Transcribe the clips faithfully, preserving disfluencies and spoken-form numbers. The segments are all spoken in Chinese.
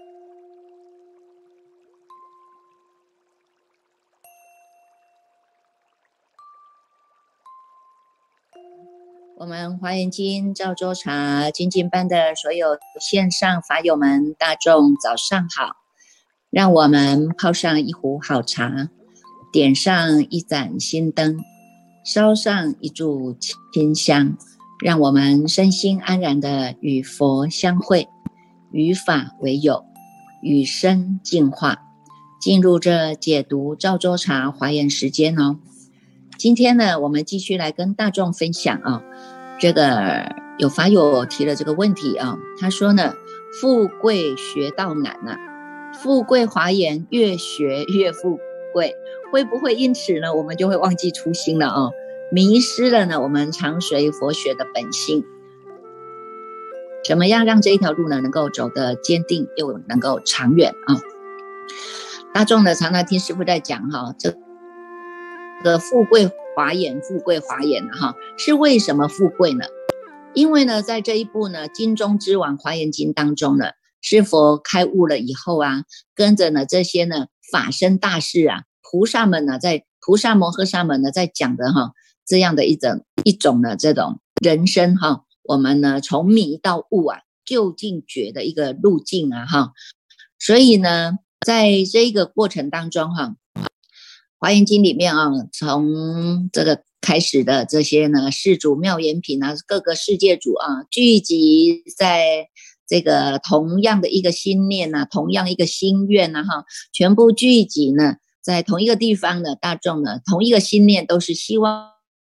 我们华严经赵州茶精进班的所有线上法友们，大众早上好！让我们泡上一壶好茶，点上一盏心灯，烧上一炷清香，让我们身心安然的与佛相会，与法为友，与生进化，进入这解读赵州茶华严时间哦。今天呢，我们继续来跟大众分享啊，这个有法友提了这个问题啊，他说呢，富贵学道难啊，富贵华严越学越富贵，会不会因此呢，我们就会忘记初心了啊，迷失了呢我们常随佛学的本性？怎么样让这一条路呢能够走得坚定又能够长远啊？大众呢常常听师父在讲哈，这个富贵华严，富贵华严哈，是为什么富贵呢？因为呢，在这一部呢经中之王华严经当中呢，师佛开悟了以后啊，跟着呢这些呢法身大士啊，菩萨们呢，在菩萨摩诃萨们呢在讲的哈，这样的一种一种呢这种人生哈，我们呢从迷到悟啊，究竟觉的一个路径啊哈，所以呢，在这个过程当中哈。华严经里面啊，从这个开始的这些呢，世主妙严品啊，各个世界主啊，聚集在这个同样的一个心念啊，同样一个心愿啊，哈，全部聚集呢，在同一个地方的大众呢，同一个心念都是希望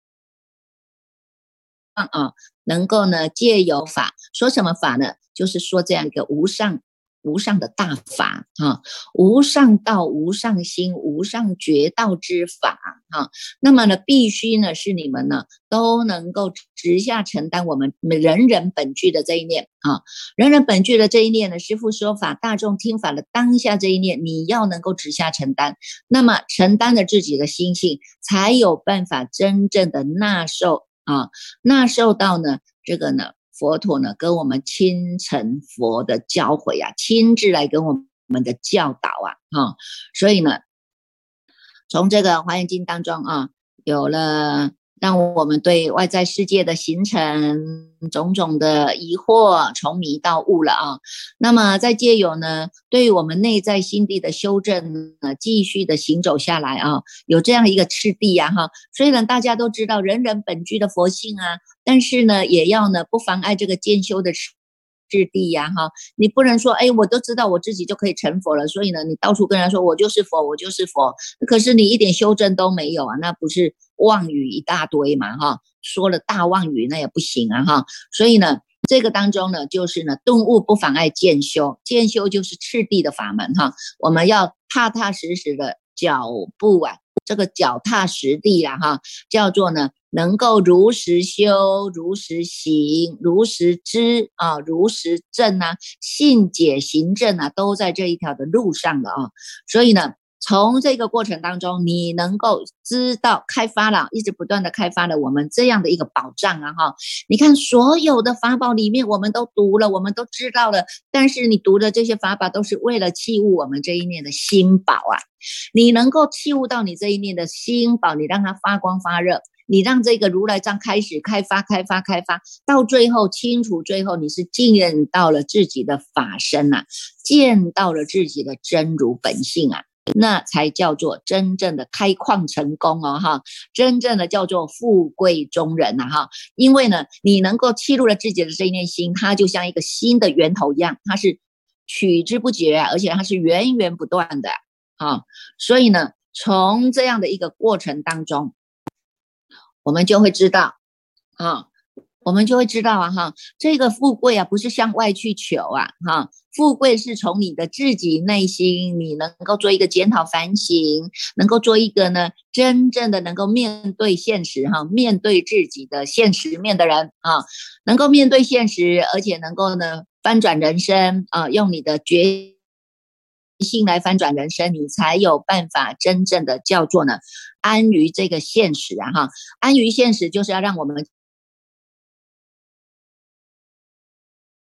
啊，能够呢借由法，说什么法呢？就是说这样一个无上。无上的大法哈，无上道、无上心、无上觉道之法哈。那么呢，必须呢是你们呢都能够直下承担我们人人本具的这一念啊，人人本具的这一念呢，师父说法，大众听法的当下这一念，你要能够直下承担，那么承担了自己的心性，才有办法真正的纳受啊，纳受到呢这个呢。佛陀呢，跟我们亲承佛的教诲啊，亲自来跟我们的教导啊，哈、哦，所以呢，从这个华严经当中啊，有了让我们对外在世界的形成种种的疑惑，从迷到悟了啊。那么再借由呢，对于我们内在心地的修正呢，继续的行走下来啊，有这样一个次第啊哈。虽然大家都知道人人本具的佛性啊，但是呢，也要呢不妨碍这个渐修的质地呀、啊、哈，你不能说哎，我都知道我自己就可以成佛了，所以呢，你到处跟人家说我就是佛，我就是佛，可是你一点修正都没有啊，那不是妄语一大堆嘛哈，说了大妄语那也不行啊哈，所以呢，这个当中呢，就是呢，顿悟不妨碍渐修，渐修就是次第的法门哈，我们要踏踏实实的脚步啊，这个脚踏实地啊哈，叫做呢。能够如实修、如实行、如实知啊、如实证啊、信解行证啊，都在这一条的路上了啊。所以呢，从这个过程当中，你能够知道开发了，一直不断的开发了我们这样的一个宝藏啊哈。你看所有的法宝里面，我们都读了，我们都知道了，但是你读的这些法宝都是为了契悟我们这一念的心宝啊。你能够契悟到你这一念的心宝，你让它发光发热。你让这个如来藏开始开发开发开发，到最后清楚，最后你是经验到了自己的法身啊，见到了自己的真如本性啊，那才叫做真正的开矿成功哦哈，真正的叫做富贵中人啊哈，因为呢，你能够契入了自己的这一念心，它就像一个新的源头一样，它是取之不竭啊，而且它是源源不断的啊，所以呢，从这样的一个过程当中。我们就会知道啊，我们就会知道啊哈，这个富贵啊不是向外去求啊哈，富贵是从你的自己内心，你能够做一个检讨反省，能够做一个呢真正的能够面对现实哈，面对自己的现实面的人啊，能够面对现实，而且能够呢翻转人生啊，用你的决心来翻转人生，你才有办法真正的叫做呢安于这个现实啊哈，安于现实就是要让我们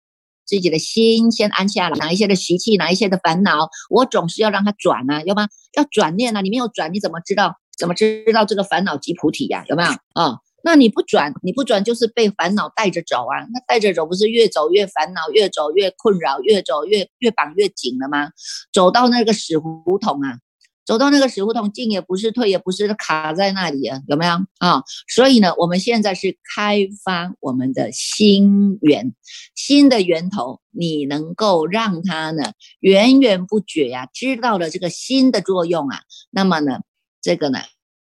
自己的心先安下来，哪一些的习气，哪一些的烦恼，我总是要让它转啊，要不然要转念啊，你没有转，你怎么知道怎么知道这个烦恼即菩提呀、啊？有没有啊？哦，那你不转，你不转就是被烦恼带着走啊，那带着走不是越走越烦恼，越走越困扰，越走越越绑越紧了吗？走到那个死胡同啊，走到那个死胡同，进也不是，退也不是，卡在那里啊，有没有啊？所以呢，我们现在是开发我们的心源，新的源头，你能够让它呢源源不绝呀、啊，知道了这个心的作用啊，那么呢，这个呢。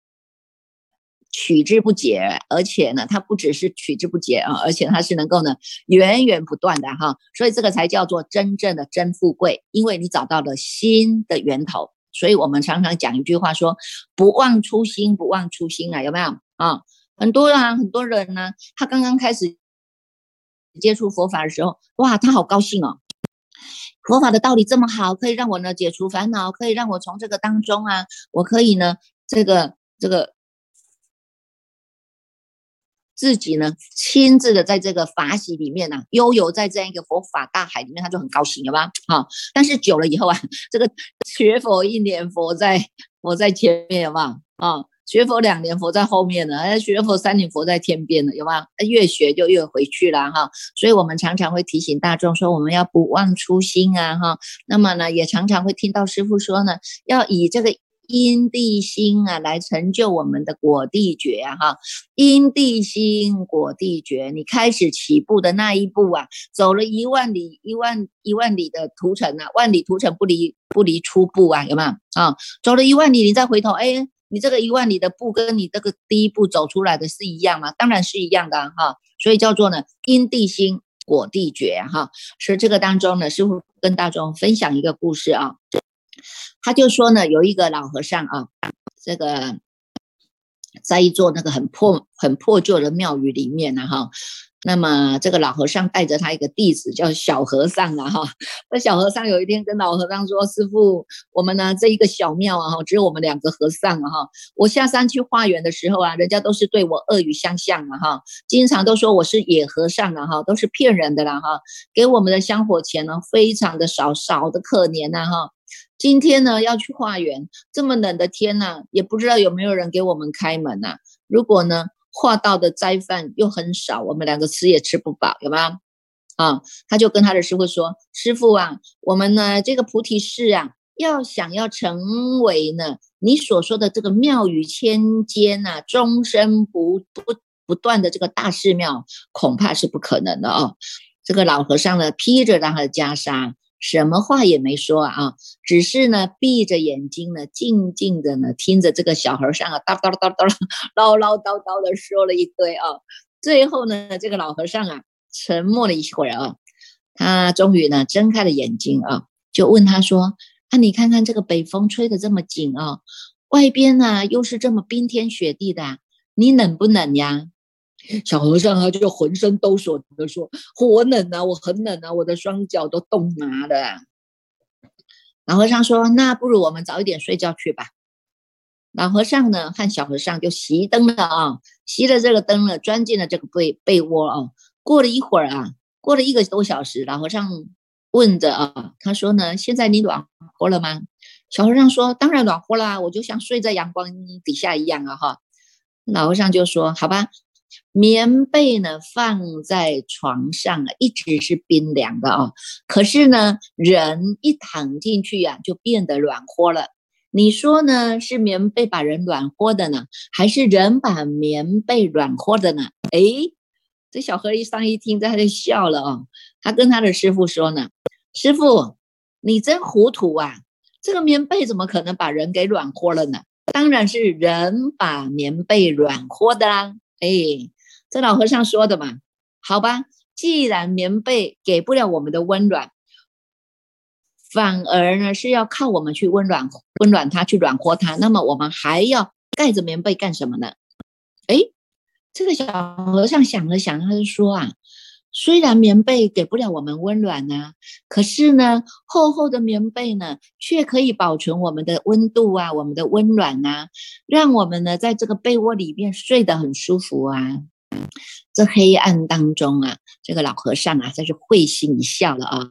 取之不竭，而且呢，它不只是取之不竭啊，而且它是能够呢源源不断的哈，所以这个才叫做真正的真富贵，因为你找到了心的源头。所以我们常常讲一句话说，不忘初心，不忘初心啊，有没有啊？很多啊，很多人呢，他刚刚开始接触佛法的时候，哇，他好高兴哦。佛法的道理这么好，可以让我呢解除烦恼，可以让我从这个当中啊，我可以呢这个这个自己呢亲自的在这个法喜里面呢、啊，悠游在这样一个佛法大海里面，他就很高兴，有吧？好、哦，但是久了以后啊，这个学佛一年，佛在佛在前面，有吧？啊、哦，学佛两年，佛在后面呢；学佛三年，佛在天边了，有吧？越学就越回去了哈。所以我们常常会提醒大众说，我们要不忘初心啊哈。那么呢，也常常会听到师父说呢，要以这个因地心啊，来成就我们的果地觉啊，哈，因地心果地觉，你开始起步的那一步啊，走了一万里，一万一万里的途程啊，万里途程不离不离初步啊，有没有啊？走了一万里，你再回头，哎，你这个一万里的步跟你这个第一步走出来的是一样吗？当然是一样的哈、啊，所以叫做呢因地心果地觉哈、啊。所以这个当中呢，师父跟大众分享一个故事啊。他就说呢，有一个老和尚啊，这个在一座那个很破很破旧的庙宇里面呢、啊、哈，那么这个老和尚带着他一个弟子叫小和尚啊哈，那小和尚有一天跟老和尚说：“师父，我们呢这一个小庙啊哈，只有我们两个和尚啊哈，我下山去化缘的时候啊，人家都是对我恶语相向啊哈，经常都说我是野和尚啊哈，都是骗人的啦哈，给我们的香火钱呢非常的少，少的可怜呐、啊、哈。”今天呢要去化缘，这么冷的天呢、啊，也不知道有没有人给我们开门啊。如果呢化到的斋饭又很少，我们两个吃也吃不饱，有吗？啊，他就跟他的师父说：“师父啊，我们呢这个菩提寺啊，要想要成为呢你所说的这个妙语千间啊，终身不不不断的这个大寺庙，恐怕是不可能的哦。”这个老和尚呢披着他的袈裟，什么话也没说啊，只是呢闭着眼睛呢，静静的呢听着这个小和尚啊叨叨叨叨唠唠叨叨的说了一堆啊。最后呢，这个老和尚啊沉默了一会儿啊，他终于呢睁开了眼睛啊，就问他说：“啊，你看看这个北风吹得这么紧啊，外边呢又是这么冰天雪地的、啊，你冷不冷呀？”小和尚他就浑身抖擞的说：“我冷啊，我很冷啊，我的双脚都冻麻了、啊。”老和尚说：“那不如我们早一点睡觉去吧。”老和尚呢和小和尚就熄灯了啊，熄了这个灯了，钻进了这个被被窝啊。过了一会儿啊，过了一个多小时，老和尚问着啊，他说呢：“现在你暖和了吗？”小和尚说：“当然暖和啦，我就像睡在阳光底下一样啊哈。”老和尚就说：“好吧。”棉被呢放在床上啊，一直是冰凉的啊。可是呢，人一躺进去呀、啊，就变得暖和了。你说呢？是棉被把人暖和的呢，还是人把棉被暖和的呢？诶，这小和尚一听，他就笑了哦。他跟他的师父说呢：“师父，你真糊涂啊！这个棉被怎么可能把人给暖和了呢？当然是人把棉被暖和的啦。”哎，这老和尚说的嘛，好吧，既然棉被给不了我们的温暖，反而呢是要靠我们去温暖温暖它，去暖和它，那么我们还要盖着棉被干什么呢？哎，这个小和尚想了想，他就说啊，虽然棉被给不了我们温暖啊，可是呢，厚厚的棉被呢，却可以保存我们的温度啊，我们的温暖啊，让我们呢在这个被窝里面睡得很舒服啊。 这黑暗当中啊，这个老和尚啊，真是会心一笑了啊。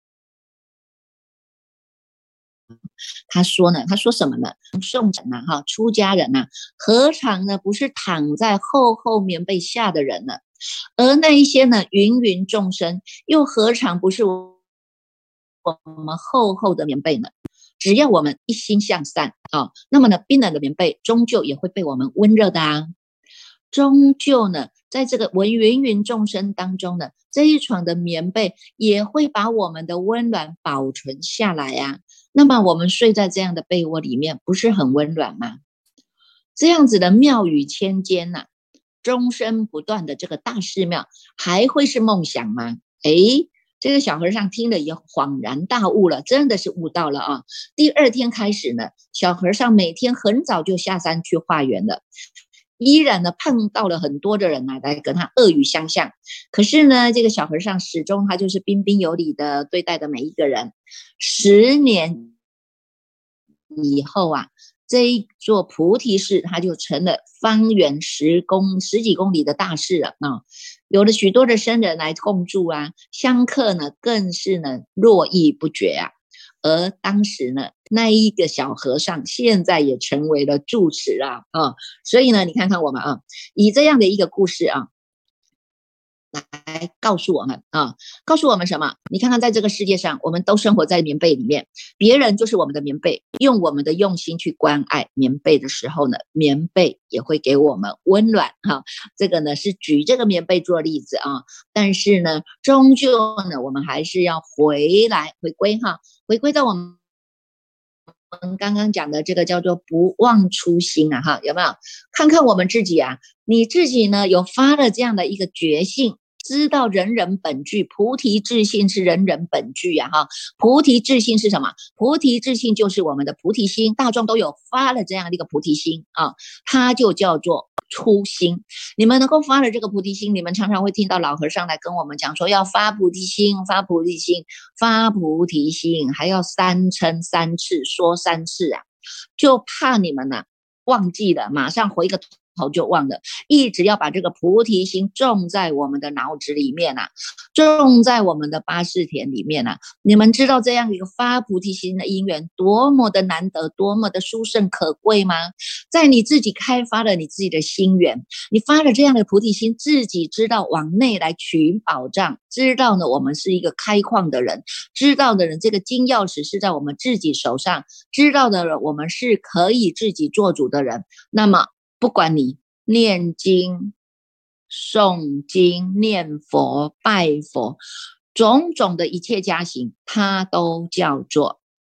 他说呢，他说什么呢？宋人呐，哈，出家人呐、啊，何尝呢不是躺在厚厚棉被下的人呢？而那一些呢，芸芸众生，又何尝不是我们厚厚的棉被呢？只要我们一心向善啊，那么呢，冰冷的棉被终究也会被我们温热的啊。终究呢，在这个文芸芸众生当中呢，这一床的棉被也会把我们的温暖保存下来啊。那么我们睡在这样的被窝里面，不是很温暖吗？这样子的妙语千间呐、啊，终身不断的这个大寺庙，还会是梦想吗？诶，这个小和尚听了也恍然大悟了，真的是悟到了啊！第二天开始呢，小和尚每天很早就下山去化缘了。依然呢碰到了很多的人来来跟他恶语相向，可是呢，这个小和尚始终他就是彬彬有礼的对待的每一个人。十年以后啊，这一座菩提寺它就成了方圆十公十几公里的大寺了啊，有了许多的僧人来共住啊，香客呢更是呢络绎不绝啊。而当时呢，那一个小和尚现在也成为了住持啊啊，所以呢，你看看我们啊，以这样的一个故事啊，来告诉我们啊，告诉我们什么？你看看，在这个世界上，我们都生活在棉被里面，别人就是我们的棉被，用我们的用心去关爱棉被的时候呢，棉被也会给我们温暖哈、啊。这个呢是举这个棉被做例子啊，但是呢，终究呢，我们还是要回来回归哈，回归到我们。我们刚刚讲的这个叫做不忘初心啊，哈，有没有？看看我们自己啊，你自己呢有发了这样的一个觉性，知道人人本具，菩提自信是人人本具呀、啊，哈，菩提自信是什么？菩提自信就是我们的菩提心，大众都有发了这样的一个菩提心啊，它就叫做初心。你们能够发了这个菩提心，你们常常会听到老和尚来跟我们讲说，要发菩提心，发菩提心，发菩提心，还要三称三次，说三次啊，就怕你们呐、啊、忘记了，马上回个头就忘了，一直要把这个菩提心种在我们的脑子里面啊，种在我们的八识田里面啊。你们知道这样一个发菩提心的因缘多么的难得，多么的殊胜可贵吗？在你自己开发了你自己的心缘，你发了这样的菩提心，自己知道往内来寻宝藏，知道呢我们是一个开矿的人，知道的人这个金钥匙是在我们自己手上，知道的人我们是可以自己做主的人。那么不管你念经、诵经、念佛、拜佛，种种的一切加行，它都叫做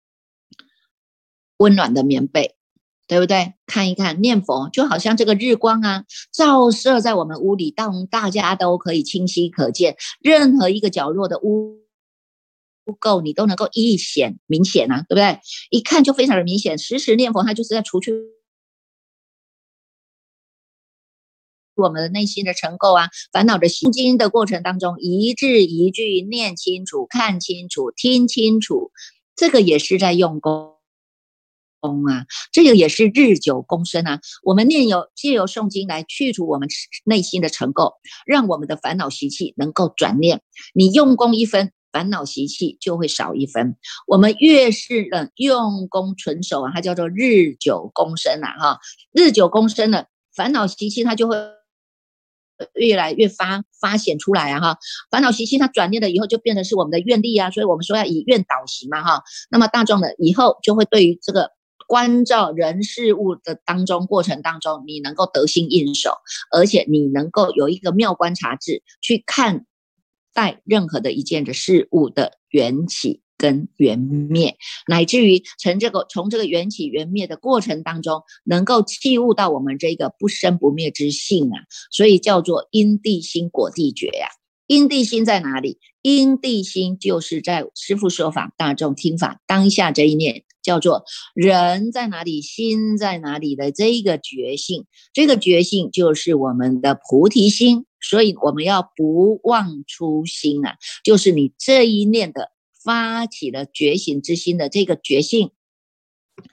温暖的棉被。对不对？看一看念佛，就好像这个日光啊，照射在我们屋里，当大家都可以清晰可见，任何一个角落的污垢，你都能够一显明显啊，对不对？一看就非常的明显。时时念佛，它就是在除去我们的内心的尘垢啊，烦恼的心经的过程当中，一字一句念清楚、看清楚、听清楚，这个也是在用功。啊，这个也是日久功深啊。我们念由借由诵经来去除我们内心的尘垢，让我们的烦恼习气能够转念。你用功一分，烦恼习气就会少一分。我们越是呢用功纯熟啊，它叫做日久功深啊，哈，日久功深了，烦恼习气它就会越来越发发显出来啊哈，烦恼习气它转念了以后就变成是我们的愿力啊，所以我们说要以愿导行嘛哈。那么大众的以后就会对于这个关照人事物的当中过程当中，你能够得心应手，而且你能够有一个妙观察智去看待任何的一件的事物的缘起跟缘灭，乃至于从这个从这个缘起缘灭的过程当中，能够契悟到我们这个不生不灭之性啊，所以叫做因地心果地觉呀、啊。因地心在哪里？因地心就是在师父说法，大众听法当下这一念，叫做人在哪里，心在哪里的这一个觉性，这个觉性就是我们的菩提心。所以我们要不忘初心啊，就是你这一念的发起了觉醒之心的这个觉性。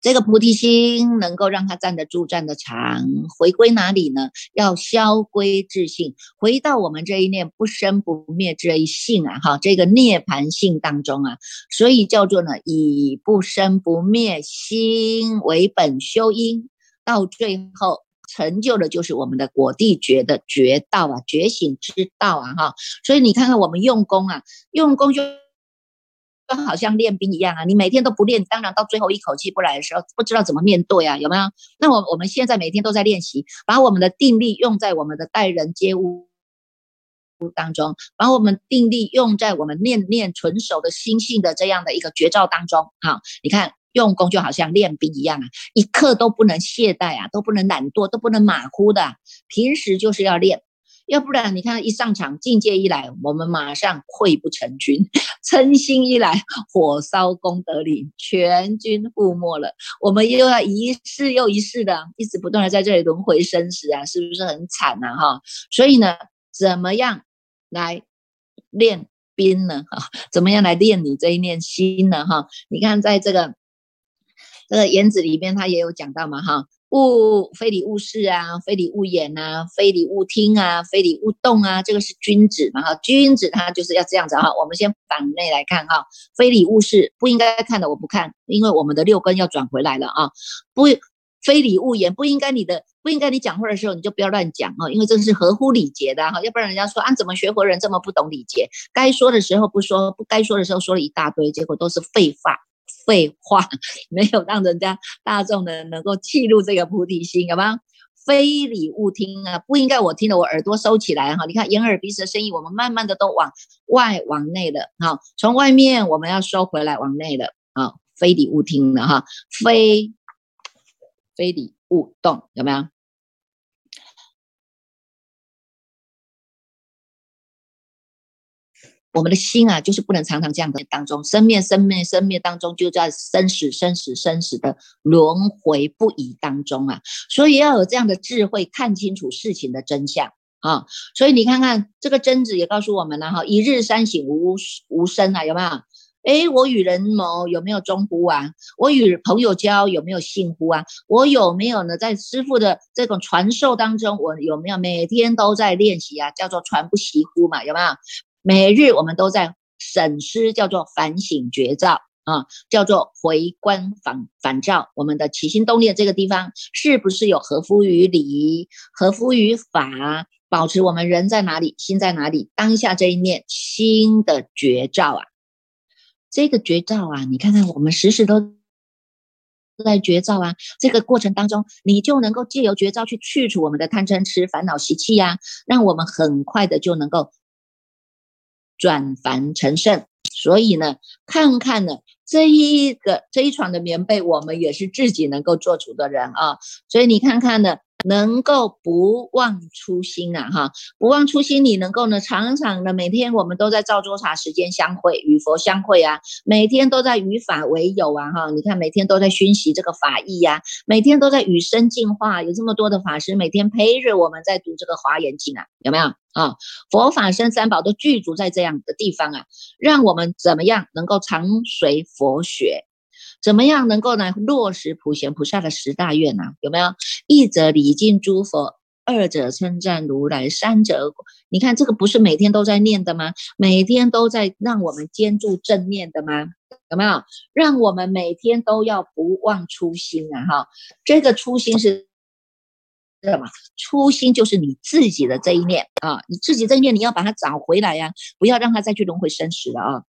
这个菩提心能够让它站得住站得长，回归哪里呢？要消归自性，回到我们这一念不生不灭这一性啊，哈，这个涅槃性当中啊，所以叫做呢，以不生不灭心为本修因，到最后成就的就是我们的果地觉的觉道啊，觉醒之道啊，哈，所以你看看我们用功啊，用功就就好像练兵一样啊，你每天都不练，当然到最后一口气不来的时候，不知道怎么面对啊，有没有？那我我们现在每天都在练习，把我们的定力用在我们的待人接物当中，把我们定力用在我们念念纯熟的心性的这样的一个绝招当中。好，你看用功就好像练兵一样啊，一刻都不能懈怠啊，都不能懒惰，都不能马虎的啊，平时就是要练。要不然你看一上场境界一来，我们马上溃不成军，嗔心一来，火烧功德林，全军覆没了。我们又要一世又一世的一直不断的在这里轮回生死啊，是不是很惨啊哈？所以呢，怎么样来练兵呢？哈，怎么样来练你这一念心呢？哈，你看在这个这个言子里面，他也有讲到嘛哈。勿非礼勿视啊，非礼勿言啊，非礼勿听啊，非礼勿动啊，这个是君子嘛哈，君子他就是要这样子哈。我们先反内来看哈，非礼勿视不应该看的我不看，因为我们的六根要转回来了啊。不非礼勿言，不应该你的不应该你讲话的时候你就不要乱讲啊，因为这是合乎礼节的哈，要不然人家说啊怎么学佛人这么不懂礼节，该说的时候不说，不该说的时候说了一大堆，结果都是废话。废话，没有让人家大众呢能够记入这个菩提心，有吗？非礼勿听啊，不应该我听了我耳朵收起来哈。你看眼耳鼻舌身意，我们慢慢的都往外往内了哈，从外面我们要收回来往内了啊，非礼勿听了哈，非非礼勿动，有没有？我们的心啊，就是不能常常这样的当中，生灭生灭生灭当中，就在生死生死生死的轮回不已当中啊，所以要有这样的智慧，看清楚事情的真相啊。所以你看看这个贞子也告诉我们了哈，一日三省吾吾身啊，有没有？诶，我与人谋有没有忠乎啊？我与朋友交有没有信乎啊？我有没有呢？在师父的这种传授当中，我有没有每天都在练习啊？叫做传不习乎嘛，有没有？每日我们都在审思，叫做反省觉照啊，叫做回观反反照我们的起心动念这个地方是不是有合乎于理、合乎于法，保持我们人在哪里，心在哪里，当下这一念心的觉照啊，这个觉照啊，你看看我们时时都在觉照啊，这个过程当中，你就能够借由觉照去去除我们的贪嗔痴、烦恼习气呀、啊，让我们很快的就能够转凡成圣。所以呢，看看呢这一个这一床的棉被，我们也是自己能够做主的人啊。所以你看看呢，能够不忘初心啊，哈，不忘初心，你能够呢常常的每天我们都在造桌茶时间相会，与佛相会啊，每天都在与法为友啊，哈，你看每天都在熏习这个法义呀、啊，每天都在与生进化，有这么多的法师每天陪着我们在读这个华严经啊，有没有啊？佛法僧三宝都具足在这样的地方啊，让我们怎么样能够常随佛学。怎么样能够呢落实普贤菩萨的十大愿啊？有没有？一者礼敬诸佛，二者称赞如来，三者你看这个不是每天都在念的吗？每天都在让我们坚住正念的吗？有没有？让我们每天都要不忘初心啊！哈，这个初心是什么？初心就是你自己的这一念啊，你自己这一念你要把它找回来呀、啊，不要让它再去轮回生死了啊。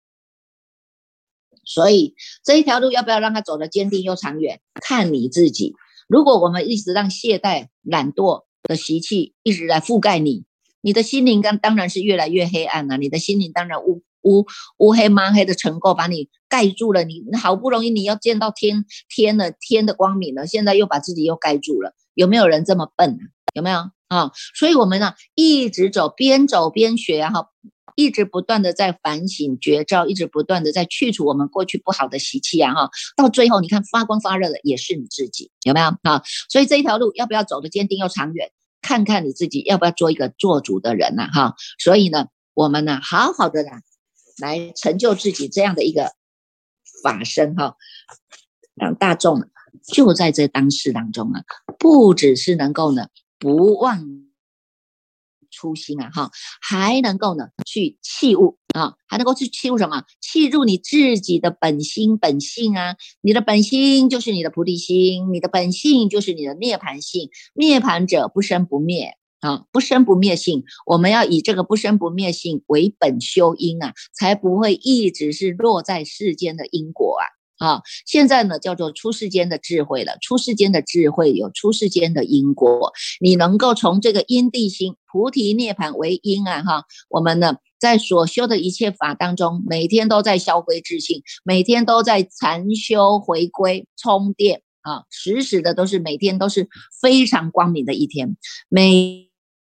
所以这一条路要不要让他走得坚定又长远，看你自己。如果我们一直让懈怠、懒惰的习气一直来覆盖你，你的心灵当然是越来越黑暗了、啊。你的心灵当然乌乌乌黑抹黑的尘垢把你盖住了。你好不容易你要见到天天了天的光明了，现在又把自己又盖住了。有没有人这么笨啊？有没有啊？所以我们呢一直走，边走边学啊，一直不断的在反省觉照，一直不断的在去除我们过去不好的习气啊哈，到最后你看发光发热的也是你自己，有没有啊？所以这一条路要不要走得坚定又长远，看看你自己要不要做一个做主的人呐、啊、哈。所以呢，我们呢好好的来成就自己这样的一个法身哈，让大众就在这当世当中啊，不只是能够呢不忘初心啊哈，还能够呢去弃物啊，还能够去弃物什么？弃入你自己的本心本性啊，你的本心就是你的菩提心，你的本性就是你的涅槃性，涅槃者不生不灭。啊，不生不灭性，我们要以这个不生不灭性为本修因啊，才不会一直是落在世间的因果啊。啊，现在呢叫做出世间的智慧了，出世间的智慧有出世间的因果，你能够从这个因地心菩提涅槃为因啊哈，我们呢在所修的一切法当中，每天都在消归自性，每天都在禅修回归充电啊，时时的都是每天都是非常光明的一天，每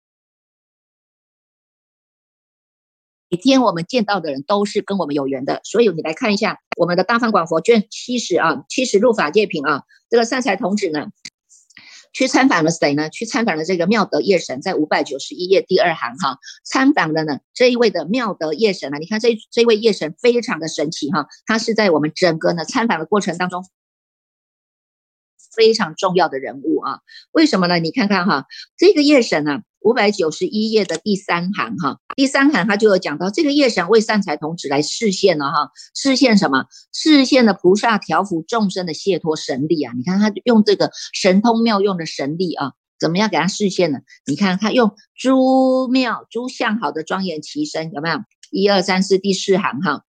每天我们见到的人都是跟我们有缘的，所以你来看一下我们的大方广佛卷七十啊，七十入法界品啊，这个善财童子呢，去参访了谁呢？去参访了这个妙德业神，在五百九十一页第二行哈，参访的呢这一位的妙德业神啊，你看这这位业神非常的神奇哈，他是在我们整个呢参访的过程当中非常重要的人物啊。为什么呢？你看看哈，这个业神啊，五百九十一页的第三行哈，第三行他就有讲到这个业神为善财童子来示现了哈，示现什么？示现了菩萨调伏众生的解脱神力啊！你看他用这个神通妙用的神力啊，怎么样给他示现呢？你看他用诸妙诸相好的庄严其身，有没有？一二三四第四行哈。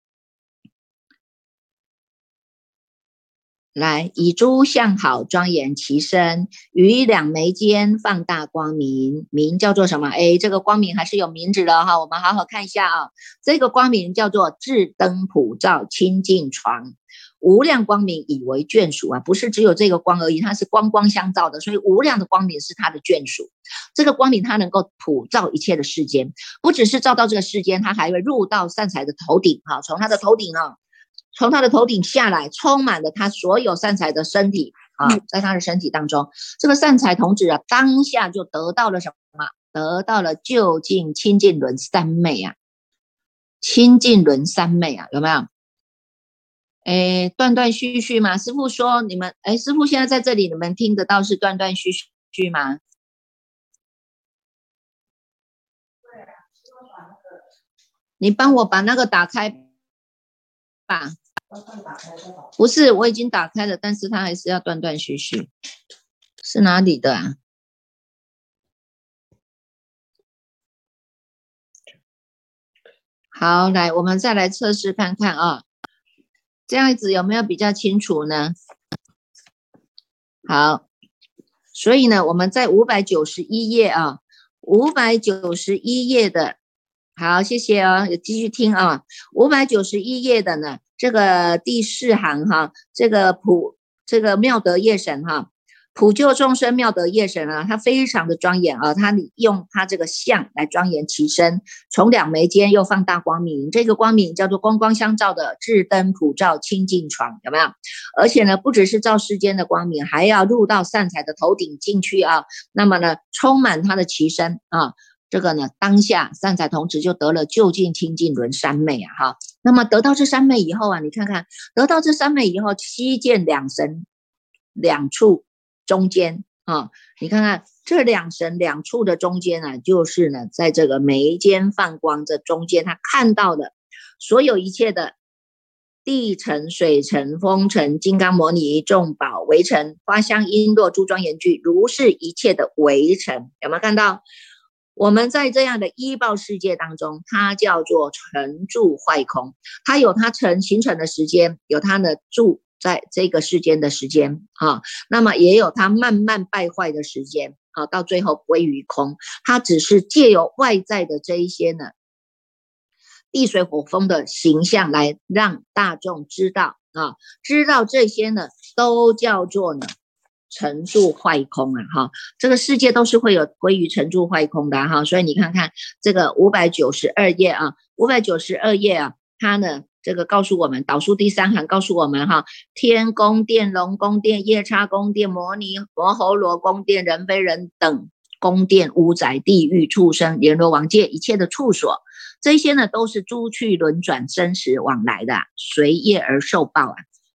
来，以诸相好庄严其身，于两眉间放大光明，名叫做什么？哎，这个光明还是有名字的哈，我们好好看一下啊。这个光明叫做智灯普照清净床，无量光明以为眷属啊，不是只有这个光而已，它是光光相照的，所以无量的光明是它的眷属。这个光明它能够普照一切的世间，不只是照到这个世间，它还会入到善财的头顶哈，从他的头顶啊。从他的头顶下来，充满了他所有善财的身体啊，在他的身体当中，这个善财童子啊，当下就得到了什么？得到了究竟清净轮三昧啊，清净轮三昧啊，有没有？哎，断断续续吗？师父说你们，哎，师父现在在这里，你们听得到是断断续续吗？你帮我把那个打开吧。不是，我已经打开了，但是它还是要断断续续，是哪里的啊？好，来，我们再来测试看看啊，这样子有没有比较清楚呢？好，所以呢，我们在五百九十一页啊，五百九十一页的，好，谢谢哦，继续听啊，五百九十一页的呢。这个第四行哈，这个普这个妙德业神哈，普救众生妙德业神啊，他非常的庄严啊，他用他这个相来庄严其身，从两眉间又放大光明，这个光明叫做光光相照的智灯普照清净床，有没有？而且呢，不只是照世间的光明，还要入到善财的头顶进去啊，那么呢，充满他的其身啊。这个呢，当下善财童子就得了究竟清净轮三昧啊，哈。那么得到这三昧以后啊，你看看，得到这三昧以后，七见两神两处中间啊，你看看这两神两处的中间啊，就是呢，在这个眉间放光这中间，他看到的所有一切的地尘、水尘、风尘、金刚摩尼、众宝、围尘、花香、璎珞、诸庄严具，如是一切的围尘，有没有看到？我们在这样的依报世界当中，它叫做成住坏空，它有它成形成的时间，有它的住在这个世间的时间啊，那么也有它慢慢败坏的时间啊，到最后归于空。它只是借由外在的这一些呢，地水火风的形象来让大众知道啊，知道这些呢，都叫做呢。成住坏空啊，哈，这个世界都是会有归于成住坏空的哈、啊，所以你看看这个五百九十二页啊，五百九十二页啊，它呢这个告诉我们，导数第三行告诉我们哈，天宫殿、龙宫殿、夜叉宫殿、摩尼摩喉罗宫殿、人非人等宫殿、屋宅、地狱、畜生、阎罗王界一切的处所，这些呢都是诸趣轮转生死往来的、啊，随业而受报啊。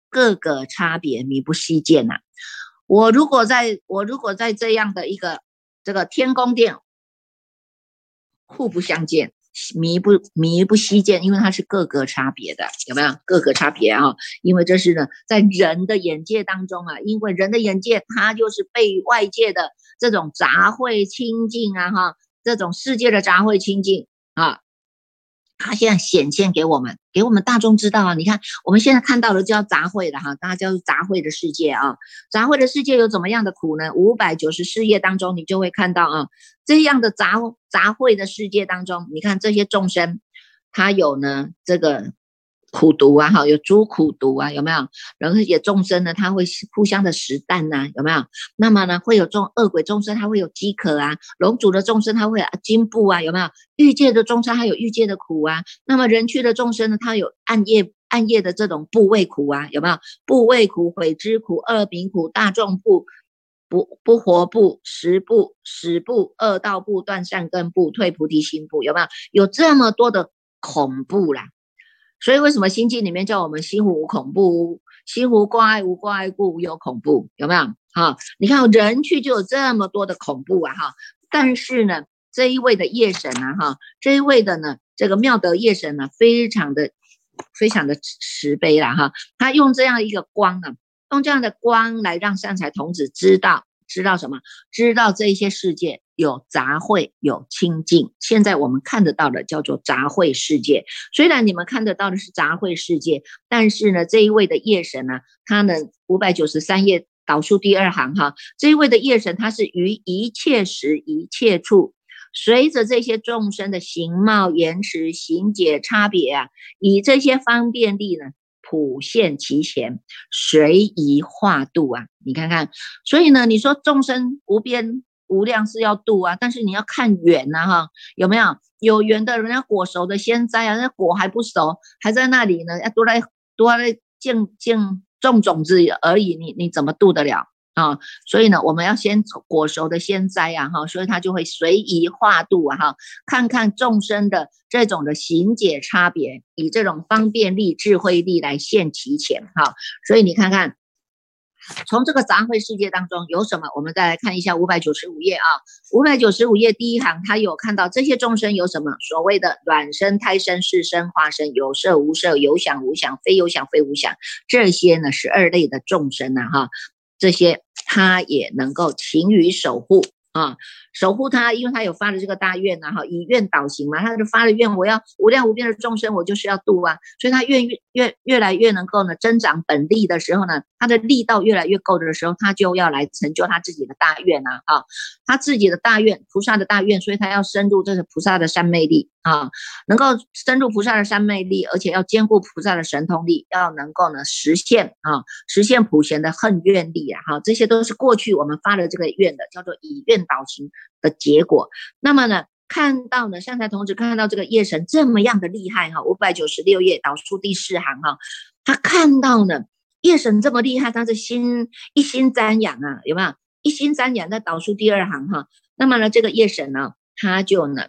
各个差别，弥不稀见呐、啊。我如果在我如果在这样的一个这个天宫殿，互不相见，弥不弥不稀见，因为它是各个差别的，有没有各个差别啊？因为这是呢，在人的眼界当中啊，因为人的眼界它就是被外界的这种杂秽清净啊，哈，这种世界的杂秽清净啊。它现在显现给我们，给我们大众知道啊！你看，我们现在看到的叫杂烩的哈，大家叫杂烩的世界啊。杂烩的世界有怎么样的苦呢？五百九十四页当中，你就会看到啊，这样的杂杂烩的世界当中，你看这些众生，他有呢这个苦毒啊，哈，有诸苦毒啊，有没有？然后也众生呢，他会互相的食啖呐，有没有？那么呢，会有这种恶鬼众生，他会有饥渴啊；龙族的众生，他会有惊怖啊，有没有？欲界的众生，他有欲界的苦啊。那么人趣的众生呢，他有暗夜暗夜的这种怖畏苦啊，有没有？怖畏苦、悔之苦、恶名苦、大众怖。不不活不食不死不恶道不断善根不退菩提心不，有没有？有这么多的恐怖啦。所以为什么心经里面叫我们心无恐怖，心无挂碍，无挂碍故无有恐怖，有没有？哈，你看人去就有这么多的恐怖啊，哈。但是呢，这一位的夜神啊，哈，这一位的呢，这个妙德夜神呢，非常的非常的慈悲啦，哈。他用这样一个光啊，用这样的光来让善财童子知道，知道什么？知道这一些世界有杂秽，有清净。现在我们看得到的叫做杂秽世界。虽然你们看得到的是杂秽世界，但是呢，这一位的夜神呢，他呢五百九十三页导数第二行哈，这一位的夜神，他是于一切时一切处，随着这些众生的形貌、言辞、行解差别啊，以这些方便力呢，普现其前，随宜化度啊！你看看，所以呢，你说众生无边无量是要度啊，但是你要看缘呐，哈，有没有？有缘的人家果熟的先摘啊，那果还不熟，还在那里呢，要多来多来见见种种子而已，你你怎么度得了？啊，所以呢，我们要先果熟的先摘啊，哈，所以他就会随宜化度啊，哈，看看众生的这种的行解差别，以这种方便力、智慧力来现其前，哈，所以你看看，从这个杂烩世界当中有什么？我们再来看一下五百九十五页啊，五百九十五页第一行，他有看到这些众生有什么？所谓的卵生、胎生、世生、化生，有色无色，有想无想，非有想非无想，这些呢是二类的众生啊，哈。这些他也能够勤于守护啊，守护他，因为他有发了这个大愿啊，哈，以愿导行嘛，他就发了愿，我要无量无边的众生，我就是要度啊，所以他愿越越越来越能够呢增长本力的时候呢，他的力道越来越够的时候，他就要来成就他自己的大愿啊，啊，他自己的大愿，菩萨的大愿，所以他要深入这是菩萨的三昧力啊，能够深入菩萨的三昧力，而且要兼顾菩萨的神通力，要能够呢实现啊，实现普贤的恨愿力啊，哈，这些都是过去我们发的这个愿的，叫做以愿导行的结果。那么呢，看到呢善财童子看到这个夜神这么样的厉害哈，五百九十六页导数第四行哈，他看到呢夜神这么厉害，他是心一心瞻仰啊，有没有？一心瞻仰在导数第二行哈，那么呢这个夜神呢，他就呢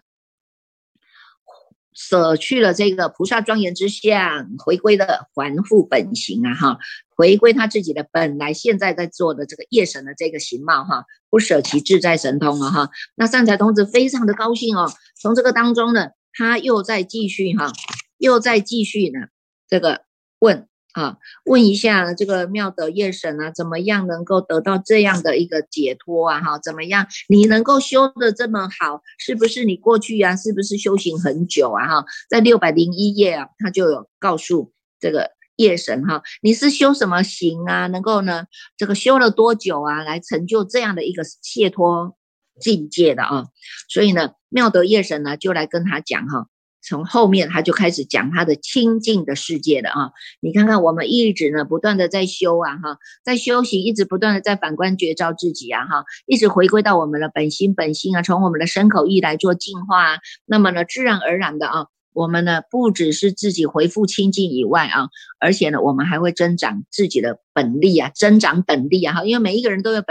舍去了这个菩萨庄严之相，回归的还复本形啊哈，回归他自己的本来现在在做的这个夜神的这个形貌哈，不舍其自在神通啊哈。那善财童子非常的高兴哦，从这个当中呢，他又在继续哈，又在继续呢这个问。啊，问一下这个妙德夜神啊，怎么样能够得到这样的一个解脱啊？哈，怎么样你能够修得这么好？是不是你过去啊？是不是修行很久啊？哈，在六百零一页啊，他就有告诉这个夜神哈，你是修什么行啊？能够呢，这个修了多久啊，来成就这样的一个解脱境界的啊？所以呢，妙德夜神呢就来跟他讲哈。从后面他就开始讲他的清净的世界了啊！你看看我们一直呢不断的在修啊哈，在修行，一直不断的在反观觉照自己啊哈，一直回归到我们的本心本心啊，从我们的身口意来做净化啊。那么呢，自然而然的啊，我们呢不只是自己回复清净以外啊，而且呢我们还会增长自己的本力啊，增长本力啊哈，因为每一个人都有本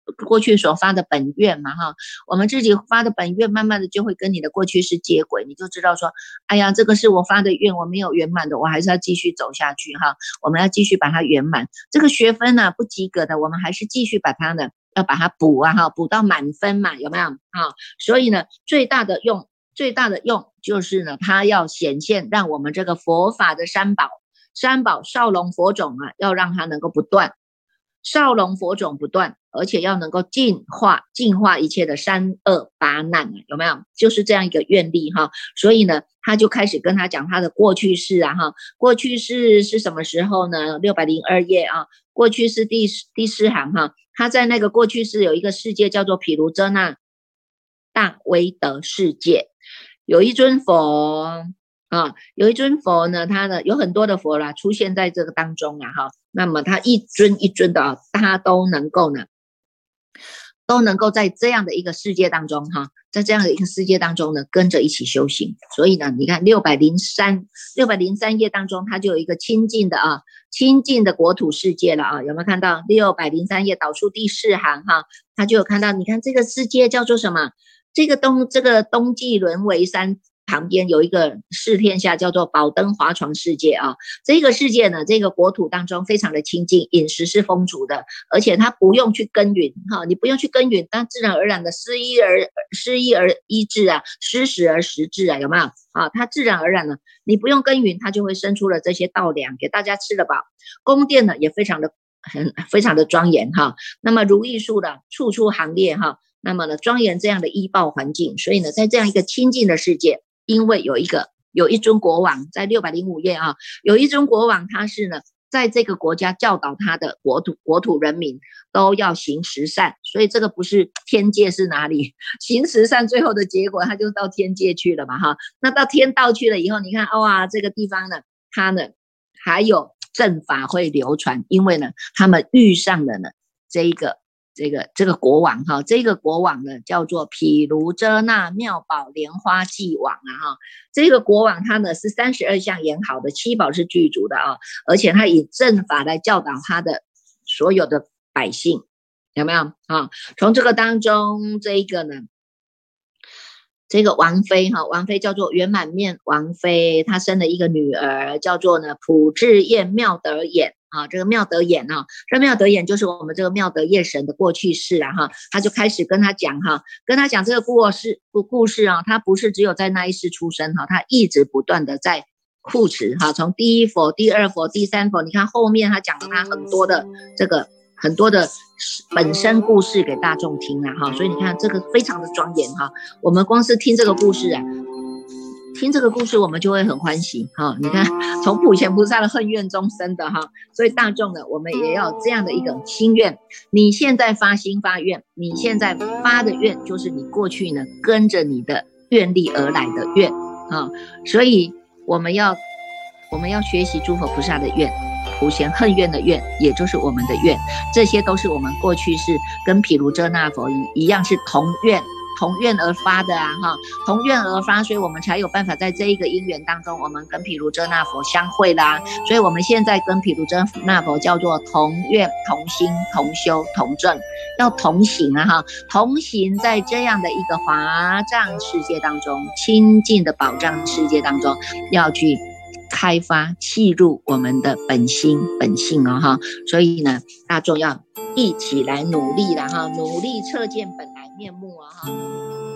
过去所发的本愿嘛哈，我们自己发的本愿，慢慢的就会跟你的过去式接轨，你就知道说，哎呀，这个是我发的愿，我没有圆满的，我还是要继续走下去哈，我们要继续把它圆满。这个学分呢不及格的，我们还是继续把它呢要把它补啊哈，补到满分嘛，有没有啊？所以呢，最大的用，最大的用就是呢，它要显现，让我们这个佛法的三宝，三宝少龙佛种啊，要让它能够不断。少龙佛种不断，而且要能够净化净化一切的三恶八难，有没有？就是这样一个愿力哈。所以呢，他就开始跟他讲他的过去式啊哈。过去式是什么时候呢？六百零二页啊，过去式第第四行哈。他在那个过去式有一个世界叫做毗卢遮那大威德世界，有一尊佛。啊，有一尊佛呢，他呢有很多的佛啦，出现在这个当中啊，哈，那么他一尊一尊的啊，他都能够呢，都能够在这样的一个世界当中哈，在这样的一个世界当中呢，跟着一起修行。所以呢，你看六百零三六百零三页当中，它就有一个清净的啊，清净的国土世界了啊，有没有看到六百零三页导数第四行哈，它就有看到，你看这个世界叫做什么？这个东这个冬季轮回山旁边有一个四天下叫做宝灯华床世界啊，这个世界呢，这个国土当中非常的清净，饮食是丰足的，而且它不用去耕耘哈，你不用去耕耘，但自然而然的施医而施医而医治啊，施食而食治啊，有没有啊？它自然而然的，你不用耕耘，它就会生出了这些稻粮给大家吃得饱。宫殿呢也非常的很非常的庄严哈，那么如意树的处处行列哈。那么呢，庄严这样的医报环境，所以呢，在这样一个清净的世界，因为有一个有一尊国王，在六百零五页啊，有一尊国王，他是呢，在这个国家教导他的国土国土人民都要行十善，所以这个不是天界是哪里？行十善最后的结果，他就到天界去了嘛哈。那到天道去了以后，你看哇，这个地方呢，他呢还有正法会流传，因为呢，他们遇上了呢这一个。这个这个国王哈，这个国王呢叫做毗卢遮那妙宝莲花记王啊哈，这个国王他呢是三十二相演好的，七宝是具足的啊，而且他以正法来教导他的所有的百姓，有没有啊？从这个当中这一个呢，这个王妃哈，王妃叫做圆满面王妃，她生了一个女儿，叫做呢普智焰妙德眼。啊，这个妙德眼啊，这妙德眼就是我们这个妙德夜神的过去式啊哈，他就开始跟他讲哈，跟他讲这个故事故故事啊，他不是只有在那一世出生哈，他一直不断的在护持哈，从第一佛、第二佛、第三佛，你看后面他讲了他很多的这个很多的本身故事给大众听啊哈，所以你看这个非常的庄严哈，我们光是听这个故事啊。听这个故事我们就会很欢喜哈，你看从普贤菩萨的恨愿中生的哈，所以大众呢我们也要这样的一个心愿，你现在发心发愿，你现在发的愿就是你过去呢跟着你的愿力而来的愿啊，所以我们要我们要学习诸佛菩萨的愿，普贤恨愿的愿也就是我们的愿，这些都是我们过去是跟毗卢遮那佛一样是同愿同愿而发的啊哈，同愿而发，所以我们才有办法在这一个因缘当中，我们跟毗卢遮那佛相会啦。所以我们现在跟毗卢遮那佛叫做同愿、同心、同修、同证，要同行啊哈，同行在这样的一个华藏世界当中，清净的宝藏世界当中，要去开发契入我们的本心本性哦哈。所以呢，大众要一起来努力啦哈，努力彻见本来面目啊哈。